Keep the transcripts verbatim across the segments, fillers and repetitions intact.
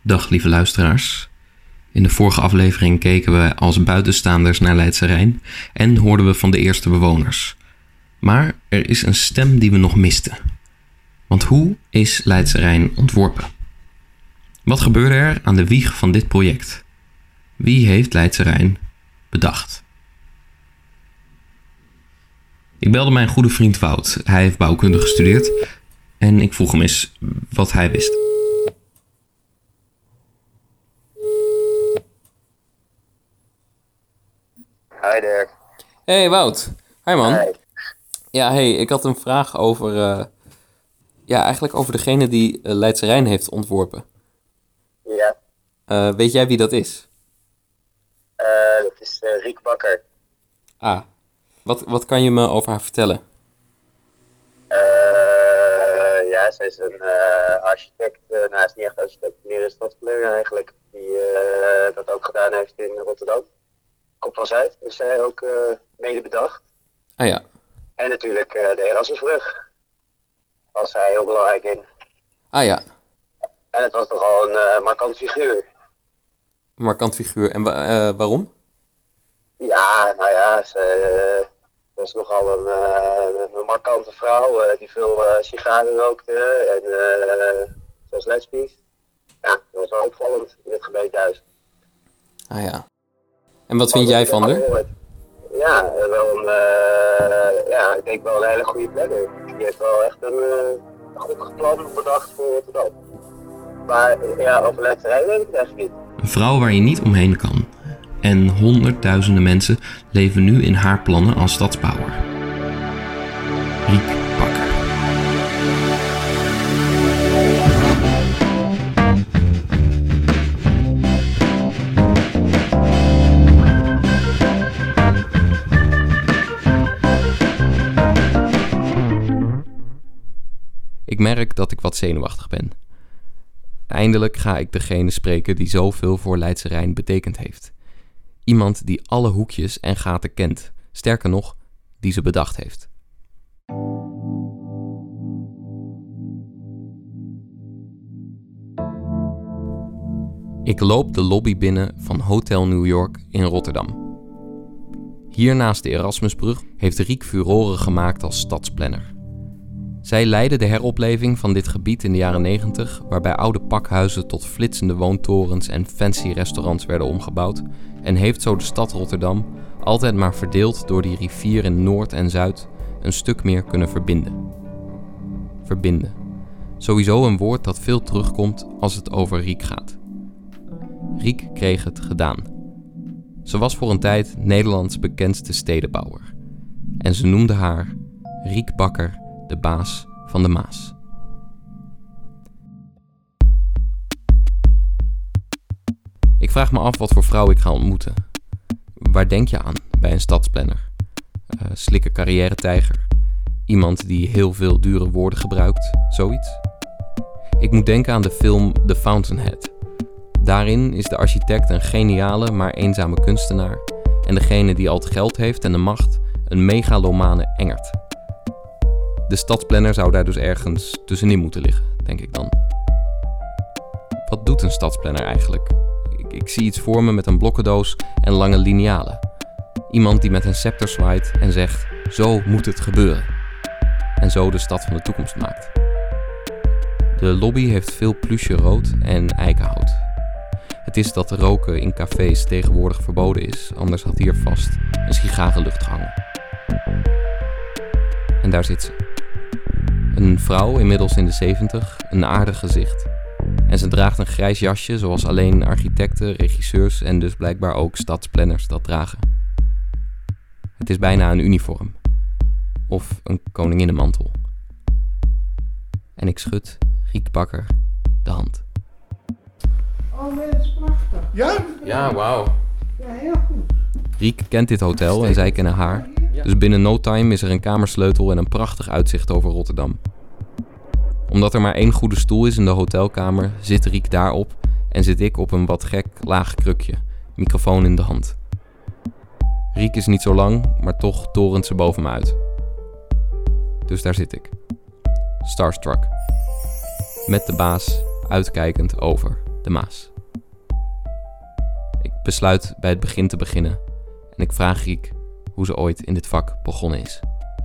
Dag lieve luisteraars. In de vorige aflevering keken we als buitenstaanders naar Leidsche Rijn en hoorden we van de eerste bewoners. Maar er is een stem die we nog misten. Want hoe is Leidsche Rijn ontworpen? Wat gebeurde er aan de wieg van dit project? Wie heeft Leidsche Rijn bedacht? Ik belde mijn goede vriend Wout. Hij heeft bouwkunde gestudeerd en ik vroeg hem eens wat hij wist. Hi Dirk. Hey Wout. Hi man. Hi. Ja, hey, ik had een vraag over, uh, ja, eigenlijk over degene die uh, Leidsche Rijn heeft ontworpen. Ja, Uh, weet jij wie dat is? uh, dat is uh, Riek Bakker. Ah, wat, wat kan je me over haar vertellen? Uh, ja, zij is een uh, architect, uh, nou hij is niet echt architect, meer een stadskleur eigenlijk, die uh, dat ook gedaan heeft in Rotterdam. Kop van Zuid, dus zij ook uh, mede bedacht. Ah ja, En natuurlijk uh, de Erasmusbrug was hij heel belangrijk in. ah ja, En het was toch al een uh, markant figuur. een markant figuur. En wa- uh, waarom? Ja, nou ja, ze uh, was nogal een, uh, een markante vrouw uh, die veel uh, sigaren rookte en uh, zoals lesbisch. Ja, dat was wel opvallend in het gemeentehuis. Ah ja. En wat vind jij van haar? Ja, wel een, uh, ja, ik denk wel een hele goede planner. Die heeft wel echt een, uh, een goed plan bedacht voor Rotterdam. Maar ja, over Leidsche Rijn weet ik het eigenlijk niet. Een vrouw waar je niet omheen kan. En honderdduizenden mensen leven nu in haar plannen als stadsbouwer. Riek Bakker. Ik merk dat ik wat zenuwachtig ben. Eindelijk ga ik degene spreken die zoveel voor Leidsche Rijn betekend heeft. Iemand die alle hoekjes en gaten kent. Sterker nog, die ze bedacht heeft. Ik loop de lobby binnen van Hotel New York in Rotterdam. Hier naast de Erasmusbrug heeft Riek furoren gemaakt als stadsplanner. Zij leidde de heropleving van dit gebied in de jaren negentig, waarbij oude pakhuizen tot flitsende woontorens en fancy restaurants werden omgebouwd, en heeft zo de stad Rotterdam, altijd maar verdeeld door die rivier in Noord en Zuid, een stuk meer kunnen verbinden. Verbinden. Sowieso een woord dat veel terugkomt als het over Riek gaat. Riek kreeg het gedaan. Ze was voor een tijd Nederlands bekendste stedenbouwer. En ze noemde haar Riek Bakker, de baas van de Maas. Ik vraag me af wat voor vrouw ik ga ontmoeten. Waar denk je aan bij een stadsplanner? Uh, slikke carrière-tijger? Iemand die heel veel dure woorden gebruikt? Zoiets? Ik moet denken aan de film The Fountainhead. Daarin is de architect een geniale, maar eenzame kunstenaar en degene die al het geld heeft en de macht een megalomane engert. De stadsplanner zou daar dus ergens tussenin moeten liggen, denk ik dan. Wat doet een stadsplanner eigenlijk? Ik, ik zie iets voor me met een blokkendoos en lange linealen. Iemand die met een scepter zwaait en zegt, zo moet het gebeuren. En zo de stad van de toekomst maakt. De lobby heeft veel pluche rood en eikenhout. Het is dat roken in cafés tegenwoordig verboden is, anders had hier vast een sigarenlucht gehangen. En daar zit ze. Een vrouw, inmiddels in de zeventig, een aardig gezicht. En ze draagt een grijs jasje zoals alleen architecten, regisseurs en dus blijkbaar ook stadsplanners dat dragen. Het is bijna een uniform. Of een koninginnenmantel. En ik schud Riek Bakker de hand. Oh nee, dat is prachtig. Ja? Ja, wauw. Ja, heel goed. Riek kent dit hotel en zij kennen haar. Dus binnen no time is er een kamersleutel en een prachtig uitzicht over Rotterdam. Omdat er maar één goede stoel is in de hotelkamer, zit Riek daarop en zit ik op een wat gek laag krukje, microfoon in de hand. Riek is niet zo lang, maar toch torent ze boven me uit. Dus daar zit ik. Starstruck. Met de baas uitkijkend over de Maas. Ik besluit bij het begin te beginnen en ik vraag Riek hoe ze ooit in dit vak begonnen is.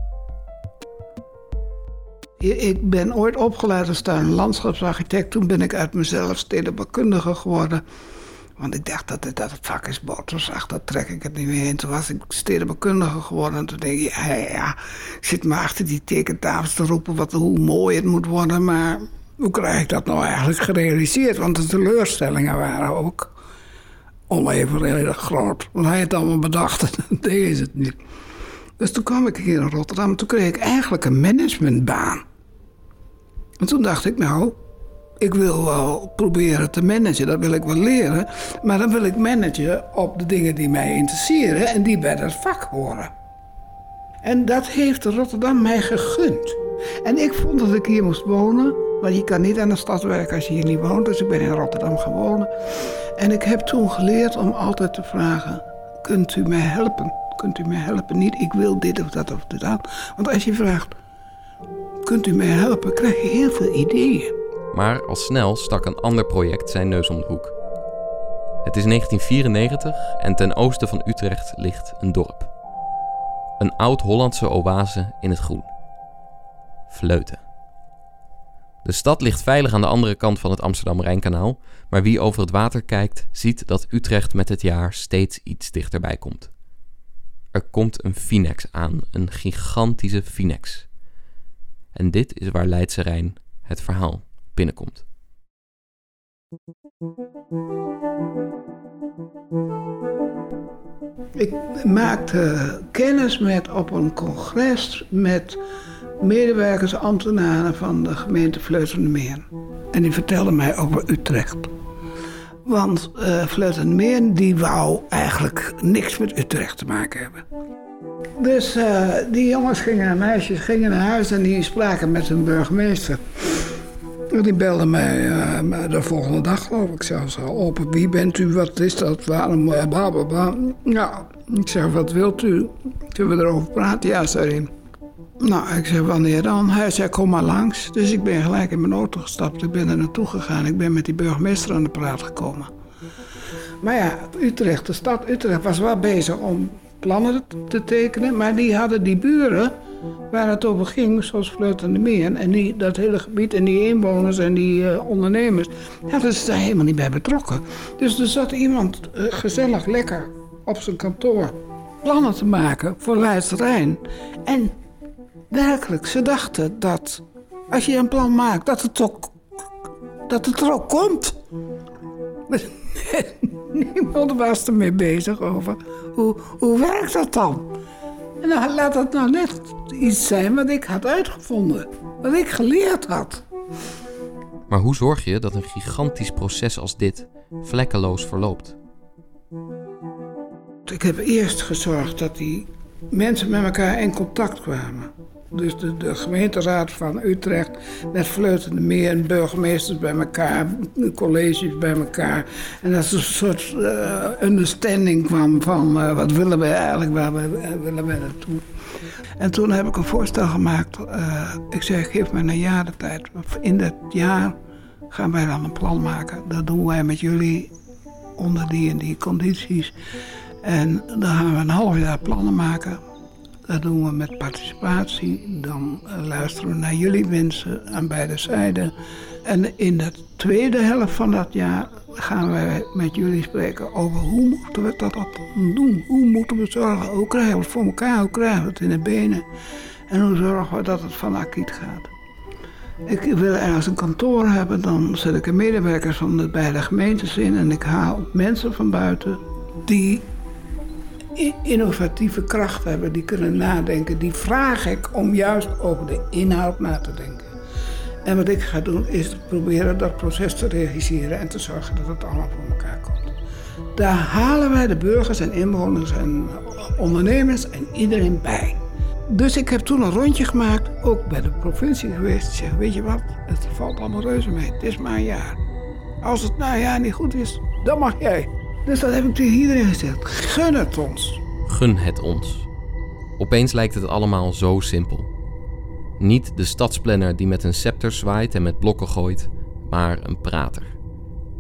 Ik ben ooit opgeleid als tuin- en landschapsarchitect. Toen ben ik uit mezelf stedenbouwkundige geworden. Want ik dacht dat het, dat het vak is boterzacht, dat trek ik het niet meer in. Toen was ik stedenbouwkundige geworden. En toen denk ik, ja, ja, ja, ik zit maar achter die tekentafels te roepen wat, hoe mooi het moet worden. Maar hoe krijg ik dat nou eigenlijk gerealiseerd? Want de teleurstellingen waren ook onevenredig groot. Want hij het allemaal bedacht en dan deed ze het niet. Dus toen kwam ik hier in Rotterdam. Toen kreeg ik eigenlijk een managementbaan. En toen dacht ik, nou, ik wil wel proberen te managen. Dat wil ik wel leren. Maar dan wil ik managen op de dingen die mij interesseren en die bij dat vak horen. En dat heeft Rotterdam mij gegund. En ik vond dat ik hier moest wonen. Want je kan niet aan de stad werken als je hier niet woont. Dus ik ben in Rotterdam gaan wonen. En ik heb toen geleerd om altijd te vragen, kunt u mij helpen? Kunt u mij helpen? Niet, ik wil dit of dat of dat. Want als je vraagt, kunt u mij helpen? Krijg je heel veel ideeën. Maar al snel stak een ander project zijn neus om de hoek. Het is negentien vierennegentig en ten oosten van Utrecht ligt een dorp. Een oud-Hollandse oase in het groen. Vleuten. De stad ligt veilig aan de andere kant van het Amsterdam-Rijnkanaal, maar wie over het water kijkt, ziet dat Utrecht met het jaar steeds iets dichterbij komt. Er komt een Finex aan, een gigantische Finex. En dit is waar Leidse Rijn het verhaal binnenkomt. Ik maakte kennis met op een congres met medewerkers, ambtenaren van de gemeente Vleuten-Meer. En die vertelden mij over Utrecht. Want uh, Vleuten-Meer die wou eigenlijk niks met Utrecht te maken hebben. Dus uh, die jongens gingen en meisjes gingen naar huis en die spraken met hun burgemeester. En die belde mij uh, de volgende dag, geloof ik, zelfs al op. Wie bent u, wat is dat, waarom, blablabla. Nou, ik zeg, wat wilt u? Zullen we erover praten? Ja, zei hij. Nou, ik zeg, wanneer dan? Hij zei, kom maar langs. Dus ik ben gelijk in mijn auto gestapt. Ik ben er naartoe gegaan. Ik ben met die burgemeester aan de praat gekomen. Maar ja, Utrecht, de stad Utrecht was wel bezig om plannen te tekenen. Maar die hadden die buren waar het over ging, zoals Vleuten-Meer. En die, dat hele gebied en die inwoners en die uh, ondernemers, hadden ze daar helemaal niet bij betrokken. Dus er zat iemand uh, gezellig lekker op zijn kantoor plannen te maken voor Leidse Rijn. En werkelijk, ze dachten dat als je een plan maakt, dat het, ook, dat het er ook komt. Niemand was ermee bezig over hoe, hoe werkt dat dan? En dan laat dat nou net iets zijn wat ik had uitgevonden, wat ik geleerd had. Maar hoe zorg je dat een gigantisch proces als dit vlekkeloos verloopt? Ik heb eerst gezorgd dat die mensen met elkaar in contact kwamen. Dus de, de gemeenteraad van Utrecht met Vleuten-Meer en burgemeesters bij elkaar, colleges bij elkaar. En dat er een soort uh, understanding kwam van uh, wat willen we eigenlijk, waar we, uh, willen we naartoe. En toen heb ik een voorstel gemaakt. Uh, ik zei, geef me een jaar de tijd. In dat jaar gaan wij dan een plan maken. Dat doen wij met jullie onder die en die condities. En dan gaan we een half jaar plannen maken. Dat doen we met participatie. Dan uh, luisteren we naar jullie mensen aan beide zijden. En in de tweede helft van dat jaar gaan wij met jullie spreken over hoe moeten we dat doen. Hoe moeten we zorgen, hoe krijgen we het voor elkaar, hoe krijgen we het in de benen. En hoe zorgen we dat het van akiet gaat. Ik wil ergens een kantoor hebben, dan zet ik er medewerkers van de beide gemeentes in. En ik haal mensen van buiten die innovatieve kracht hebben, die kunnen nadenken. Die vraag ik om juist over de inhoud na te denken. En wat ik ga doen is proberen dat proces te regisseren en te zorgen dat het allemaal voor elkaar komt. Daar halen wij de burgers en inwoners en ondernemers en iedereen bij. Dus ik heb toen een rondje gemaakt, ook bij de provincie geweest. Ik zeg, weet je wat, het valt allemaal reuze mee. Het is maar een jaar. Als het na een jaar niet goed is, dan mag jij. Dus dat heb ik tegen iedereen gezegd. Gun het ons. Gun het ons. Opeens lijkt het allemaal zo simpel. Niet de stadsplanner die met een scepter zwaait en met blokken gooit, maar een prater.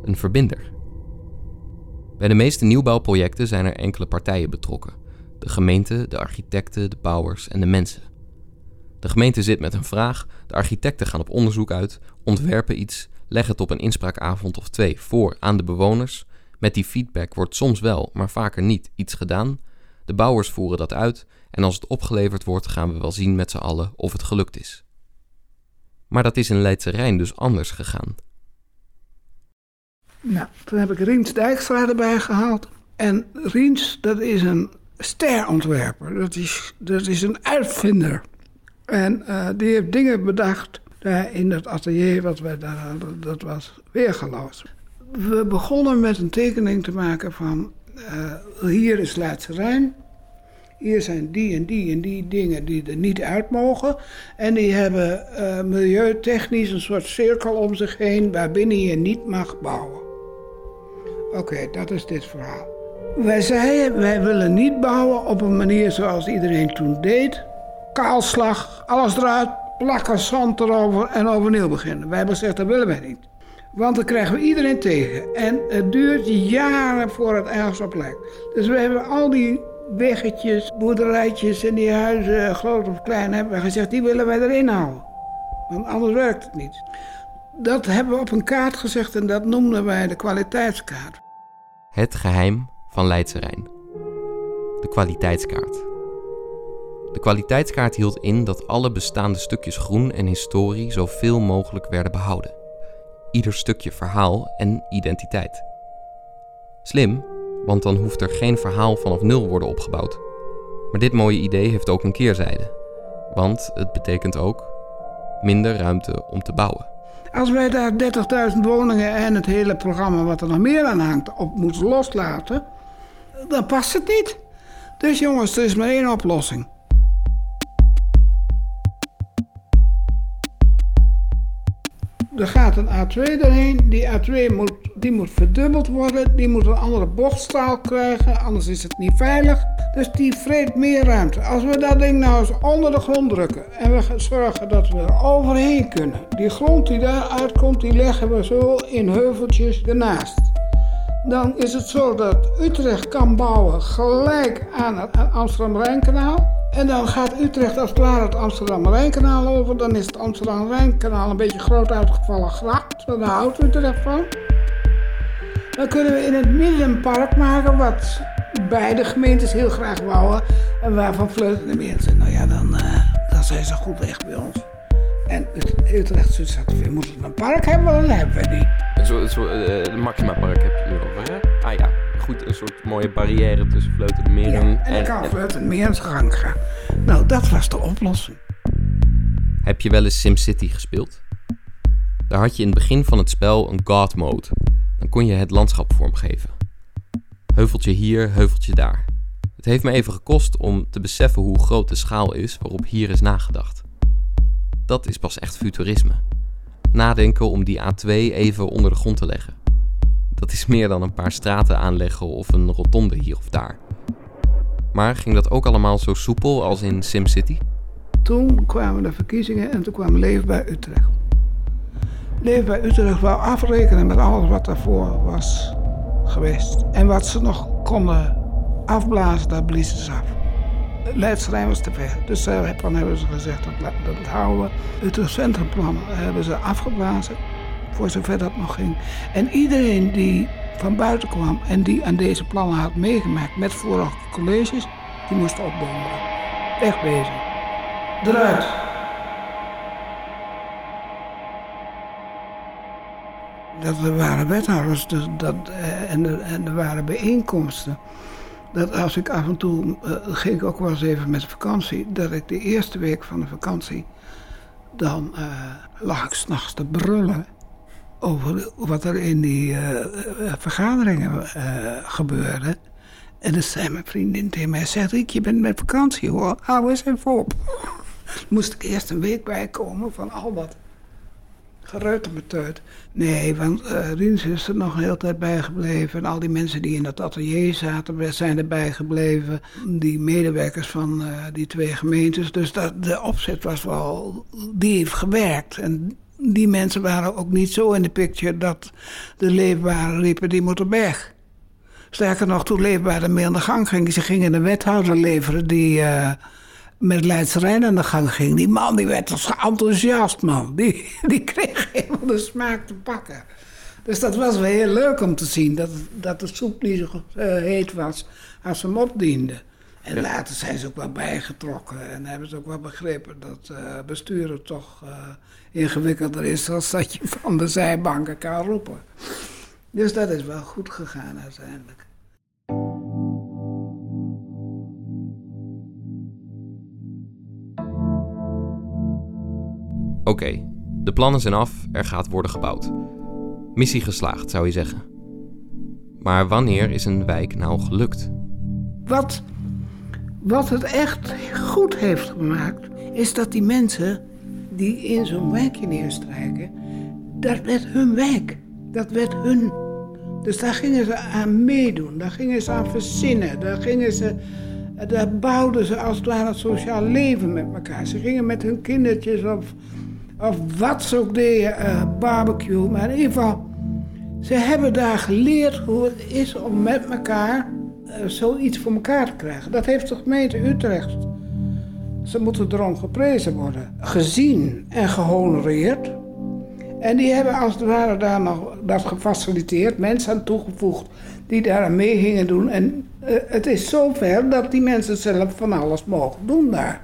een verbinder. Bij de meeste nieuwbouwprojecten zijn er enkele partijen betrokken. De gemeente, de architecten, de bouwers en de mensen. De gemeente zit met een vraag, de architecten gaan op onderzoek uit, ontwerpen iets, leggen het op een inspraakavond of twee voor aan de bewoners. Met die feedback wordt soms wel, maar vaker niet, iets gedaan. De bouwers voeren dat uit en als het opgeleverd wordt gaan we wel zien met z'n allen of het gelukt is. Maar dat is in Leidsche Rijn dus anders gegaan. Nou, toen heb ik Riens Dijkstra erbij gehaald. En Riens, dat is een sterontwerper. Dat is, dat is een uitvinder. En uh, die heeft dingen bedacht daar in het atelier wat wij daar hadden. Dat was weergeloos. We begonnen met een tekening te maken van... Uh, hier is Leidsche Rijn. Hier zijn die en die en die dingen die er niet uit mogen. En die hebben uh, milieutechnisch een soort cirkel om zich heen... waarbinnen je niet mag bouwen. Oké, okay, dat is dit verhaal. Wij zeiden, wij willen niet bouwen op een manier zoals iedereen toen deed. Kaalslag, alles eruit, plakken zand erover en overnieuw beginnen. Wij hebben gezegd, dat willen wij niet. Want dan krijgen we iedereen tegen. En het duurt jaren voor het ergens op lijkt. Dus we hebben al die weggetjes, boerderijtjes en die huizen, groot of klein, hebben we gezegd, die willen wij erin houden. Want anders werkt het niet. Dat hebben we op een kaart gezegd en dat noemden wij de kwaliteitskaart. Het geheim van Leidsche Rijn. De kwaliteitskaart. De kwaliteitskaart hield in dat alle bestaande stukjes groen en historie zoveel mogelijk werden behouden. Ieder stukje verhaal en identiteit. Slim, want dan hoeft er geen verhaal vanaf nul worden opgebouwd. Maar dit mooie idee heeft ook een keerzijde. Want het betekent ook minder ruimte om te bouwen. Als wij daar dertigduizend woningen en het hele programma wat er nog meer aan hangt op moeten loslaten, dan past het niet. Dus jongens, er is maar één oplossing. Er gaat een A twee erheen, die A twee moet, die moet verdubbeld worden, die moet een andere bochtstraal krijgen, anders is het niet veilig. Dus die vreet meer ruimte. Als we dat ding nou eens onder de grond drukken en we zorgen dat we er overheen kunnen. Die grond die daar uitkomt, die leggen we zo in heuveltjes ernaast. Dan is het zo dat Utrecht kan bouwen gelijk aan het Amsterdam-Rijnkanaal. En dan gaat Utrecht als het ware het Amsterdam-Rijnkanaal over. Dan is het Amsterdam-Rijnkanaal een beetje groot uitgevallen gracht. Daar houdt Utrecht van. Dan kunnen we in het midden een park maken wat beide gemeentes heel graag wouden. En waarvan Vleuten en Meern zijn. Nou ja, dan, uh, dan zijn ze goed weg bij ons. En Utrecht zoiets had, we moeten een park hebben, dan hebben we die. Een soort, soort uh, Maxima-park heb je nu over, hè? Ah ja, goed, een soort mooie barrière tussen Vleuten en Meern. Ja, en dan kan Vleuten en Meern zijn gang gaan. Nou, dat was de oplossing. Heb je wel eens SimCity gespeeld? Daar had je in het begin van het spel een God mode. Dan kon je het landschap vormgeven. Heuveltje hier, heuveltje daar. Het heeft me even gekost om te beseffen hoe groot de schaal is waarop hier is nagedacht. Dat is pas echt futurisme. Nadenken om die A twee even onder de grond te leggen. Dat is meer dan een paar straten aanleggen of een rotonde hier of daar. Maar ging dat ook allemaal zo soepel als in SimCity? Toen kwamen de verkiezingen en toen kwam Leefbaar Utrecht. Leefbaar Utrecht wou afrekenen met alles wat daarvoor was geweest. En wat ze nog konden afblazen, dat bliezen ze af. Leidsche Rijn was te ver. Dus uh, dan hebben ze gezegd, dat, dat het houden. Utrecht Centrumplan hebben ze afgeblazen, voor zover dat nog ging. En iedereen die van buiten kwam en die aan deze plannen had meegemaakt met vorige colleges, die moest opdonderen. Wegwezen. Eruit. Dat er waren wethouders dus dat, uh, en, er, en er waren bijeenkomsten. Dat als ik af en toe, uh, ging ik ook wel eens even met vakantie, dat ik de eerste week van de vakantie, dan uh, lag ik 's nachts te brullen over wat er in die uh, uh, vergaderingen uh, gebeurde. En dan zei mijn vriendin tegen mij, zegt ik, je bent met vakantie hoor, hou eens even op. Moest ik eerst een week bijkomen van al dat gereutemeteut. Nee, want uh, Riens is er nog een hele tijd bijgebleven. En al die mensen die in dat atelier zaten, zijn erbij gebleven. Die medewerkers van uh, die twee gemeentes. Dus dat, de opzet was wel, die heeft gewerkt. En die mensen waren ook niet zo in de picture dat de leefbaren riepen, die moeten weg. Sterker nog, toen leefbaar ermee aan de gang ging. Ze gingen een wethouder leveren die uh, met Leidse Rijn aan de gang ging. Die man die werd als enthousiast, man. Die, die kreeg helemaal de smaak te pakken. Dus dat was wel heel leuk om te zien. Dat, dat de soep niet zo uh, heet was als ze hem opdienden. En ja. Later zijn ze ook wel bijgetrokken. En hebben ze ook wel begrepen dat uh, besturen toch uh, ingewikkelder is dan dat je van de zijbanken kan roepen. Dus dat is wel goed gegaan uiteindelijk. Oké, okay, de plannen zijn af, er gaat worden gebouwd. Missie geslaagd, zou je zeggen. Maar wanneer is een wijk nou gelukt? Wat, wat het echt goed heeft gemaakt, is dat die mensen die in zo'n wijkje neerstrijken, dat werd hun wijk. Dat werd hun. Dus daar gingen ze aan meedoen, daar gingen ze aan verzinnen, daar, gingen ze, daar bouwden ze als het ware het sociaal leven met elkaar. Ze gingen met hun kindertjes of, of wat ze ook deden, uh, barbecue. Maar in ieder geval, ze hebben daar geleerd hoe het is om met elkaar uh, zoiets voor elkaar te krijgen. Dat heeft de gemeente Utrecht. Ze moeten erom geprezen worden, gezien en gehonoreerd. En die hebben als het ware daar nog dat gefaciliteerd, mensen aan toegevoegd die daar aan mee gingen doen. En uh, het is zover dat die mensen zelf van alles mogen doen daar.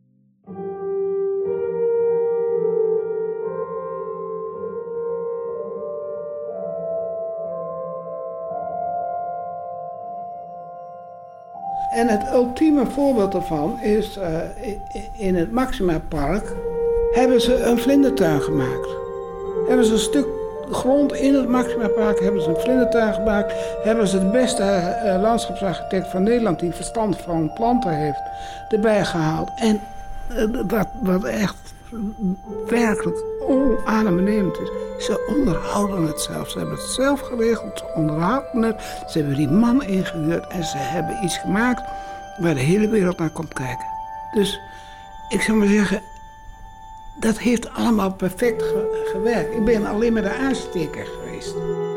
En het ultieme voorbeeld daarvan is, uh, in het Maxima Park hebben ze een vlindertuin gemaakt. Hebben ze een stuk grond in het Maxima Park, hebben ze een vlindertuin gemaakt, hebben ze de beste uh, landschapsarchitect van Nederland, die verstand van planten heeft, erbij gehaald. En uh, wat, wat echt werkelijk onadembenemend is, ze onderhouden het zelf. Ze hebben het zelf geregeld, ze onderhouden het, ze hebben die man ingehuurd en ze hebben iets gemaakt waar de hele wereld naar komt kijken. Dus ik zou maar zeggen, dat heeft allemaal perfect ge- gewerkt. Ik ben alleen maar de aansteker geweest.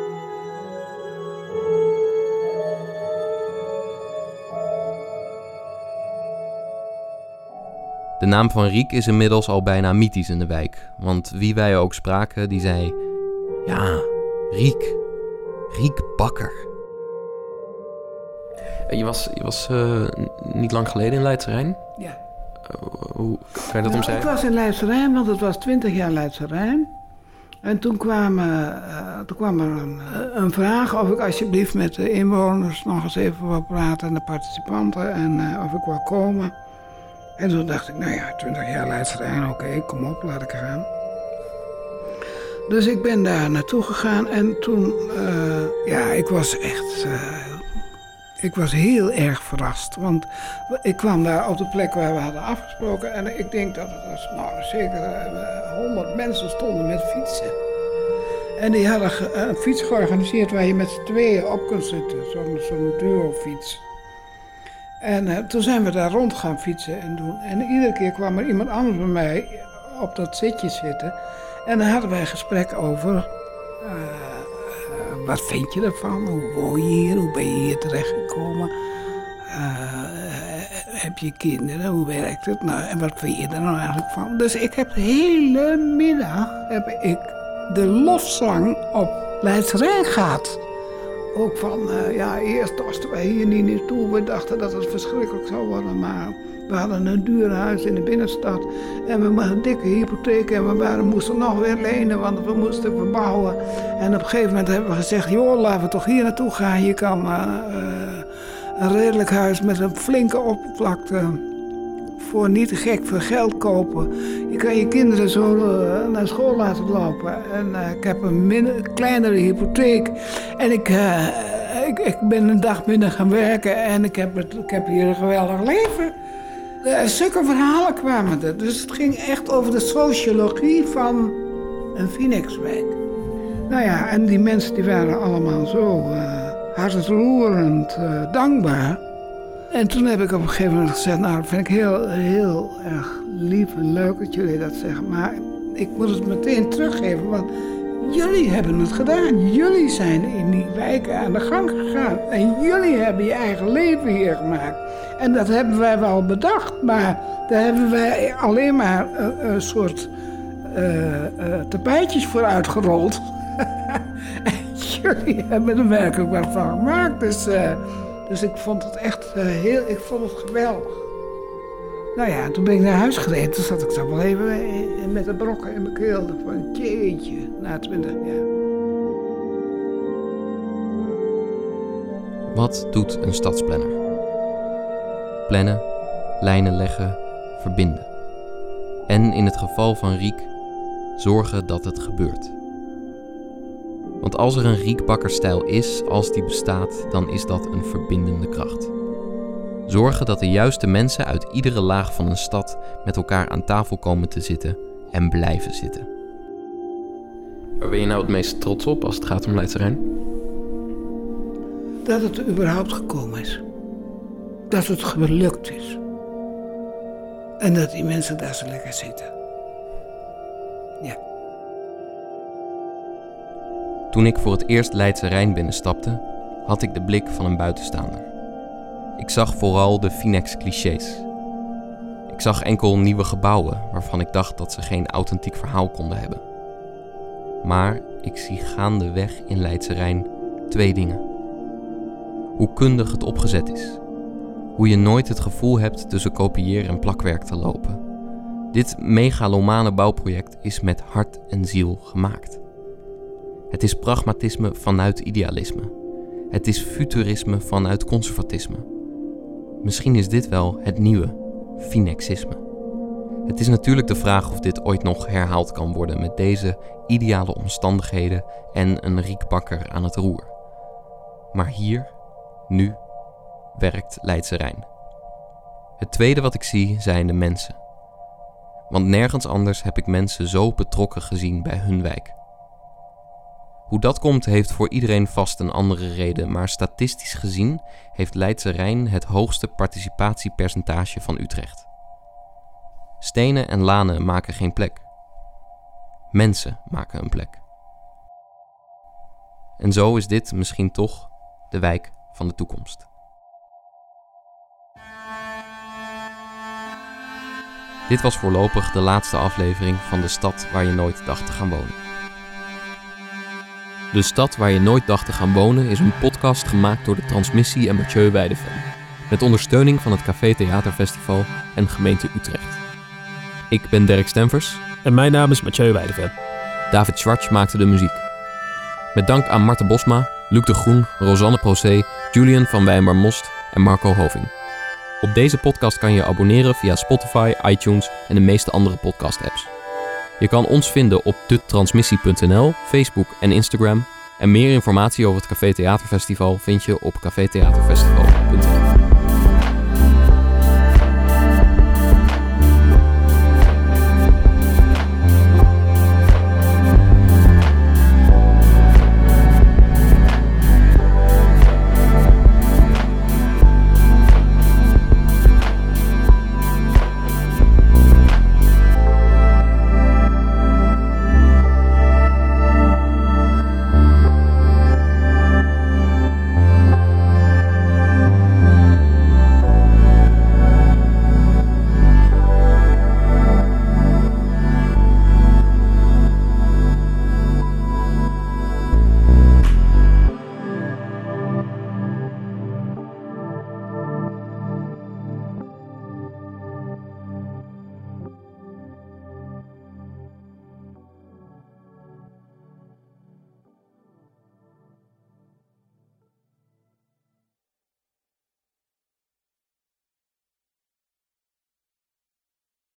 De naam van Riek is inmiddels al bijna mythisch in de wijk. Want wie wij ook spraken, die zei... Ja, Riek. Riek Bakker. Je was, je was uh, niet lang geleden in Leidse Rijn? Ja. Uh, hoe kan je dat nou, omschrijven? Ik was in Leidse Rijn, want het was twintig jaar Leidse Rijn. En toen kwam, uh, toen kwam er een, een vraag of ik alsjeblieft met de inwoners nog eens even wil praten en de participanten en uh, of ik wil komen. En toen dacht ik, nou ja, twintig jaar Leidse Rijn, oké, okay, kom op, laat ik gaan. Dus ik ben daar naartoe gegaan en toen, uh, ja, ik was echt, uh, ik was heel erg verrast. Want ik kwam daar op de plek waar we hadden afgesproken en ik denk dat het was, nou zeker honderd uh, mensen stonden met fietsen. En die hadden een fiets georganiseerd waar je met z'n tweeën op kunt zitten, zo'n, zo'n duo-fiets. En uh, toen zijn we daar rond gaan fietsen en doen. En iedere keer kwam er iemand anders bij mij op dat zitje zitten. En dan hadden wij een gesprek over, uh, uh, wat vind je ervan? Hoe woon je hier? Hoe ben je hier terechtgekomen? Uh, heb je kinderen? Hoe werkt het? Nou, en wat vind je er nou eigenlijk van? Dus ik heb de hele middag heb ik de lofzang op Leidse Rijn gehad. Ook van, uh, ja, eerst torsten wij hier niet naartoe. We dachten dat het verschrikkelijk zou worden, maar we hadden een duur huis in de binnenstad. En we hadden een dikke hypotheek en we waren, moesten nog weer lenen, want we moesten verbouwen. En op een gegeven moment hebben we gezegd, joh, laten we toch hier naartoe gaan. Je kan uh, uh, een redelijk huis met een flinke oppervlakte voor niet te gek veel geld kopen. Je kan je kinderen zo uh, naar school laten lopen. En uh, ik heb een min- kleinere hypotheek. En ik, uh, ik, ik ben een dag minder gaan werken. En ik heb, het, ik heb hier een geweldig leven. Uh, zulke verhalen kwamen er. Dus het ging echt over de sociologie van een Phoenixwijk. Nou ja, en die mensen die waren allemaal zo uh, hartroerend uh, dankbaar. En toen heb ik op een gegeven moment gezegd, nou, dat vind ik heel, heel erg lief en leuk dat jullie dat zeggen. Maar ik moet het meteen teruggeven, want jullie hebben het gedaan. Jullie zijn in die wijken aan de gang gegaan. En jullie hebben je eigen leven hier gemaakt. En dat hebben wij wel bedacht, maar daar hebben wij alleen maar een, een soort uh, uh, tapijtjes voor uitgerold. En jullie hebben er werkelijk wat van gemaakt. Dus, uh, dus ik vond het echt uh, heel, ik vond het geweldig. Nou ja, toen ben ik naar huis gereden. Toen zat ik zo wel even met de brokken in mijn keel. Van jeetje, na twintig jaar. Wat doet een stadsplanner? Plannen, lijnen leggen, verbinden. En in het geval van Riek, zorgen dat het gebeurt. Want als er een Riek Bakkerstijl is, als die bestaat, dan is dat een verbindende kracht. Zorgen dat de juiste mensen uit iedere laag van een stad met elkaar aan tafel komen te zitten en blijven zitten. Waar ben je nou het meest trots op als het gaat om Leidse Rijn? Dat het er überhaupt gekomen is. Dat het gelukt is. En dat die mensen daar zo lekker zitten. Ja. Toen ik voor het eerst Leidse Rijn binnenstapte, had ik de blik van een buitenstaander. Ik zag vooral de Finex-clichés. Ik zag enkel nieuwe gebouwen waarvan ik dacht dat ze geen authentiek verhaal konden hebben. Maar ik zie gaandeweg in Leidse Rijn twee dingen. Hoe kundig het opgezet is. Hoe je nooit het gevoel hebt tussen kopieer en plakwerk te lopen. Dit megalomane bouwproject is met hart en ziel gemaakt. Het is pragmatisme vanuit idealisme. Het is futurisme vanuit conservatisme. Misschien is dit wel het nieuwe Finexisme. Het is natuurlijk de vraag of dit ooit nog herhaald kan worden met deze ideale omstandigheden en een Riek Bakker aan het roer. Maar hier, nu, werkt Leidse Rijn. Het tweede wat ik zie zijn de mensen. Want nergens anders heb ik mensen zo betrokken gezien bij hun wijk. Hoe dat komt heeft voor iedereen vast een andere reden, maar statistisch gezien heeft Leidse Rijn het hoogste participatiepercentage van Utrecht. Stenen en lanen maken geen plek. Mensen maken een plek. En zo is dit misschien toch de wijk van de toekomst. Dit was voorlopig de laatste aflevering van De Stad Waar Je Nooit Dacht Te Gaan Wonen. De Stad Waar Je Nooit Dacht Te Gaan Wonen is een podcast gemaakt door de Transmissie en Mathieu Weideven, met ondersteuning van het Café Theaterfestival en gemeente Utrecht. Ik ben Derek Stenvers. En mijn naam is Mathieu Weideven. David Schwartz maakte de muziek. Met dank aan Marten Bosma, Luc de Groen, Rosanne Procé, Julian van Wijnbar-Most en Marco Hoving. Op deze podcast kan je abonneren via Spotify, iTunes en de meeste andere podcast-apps. Je kan ons vinden op de transmissie punt n l, Facebook en Instagram. En meer informatie over het Café Theaterfestival vind je op café theaterfestival punt n l.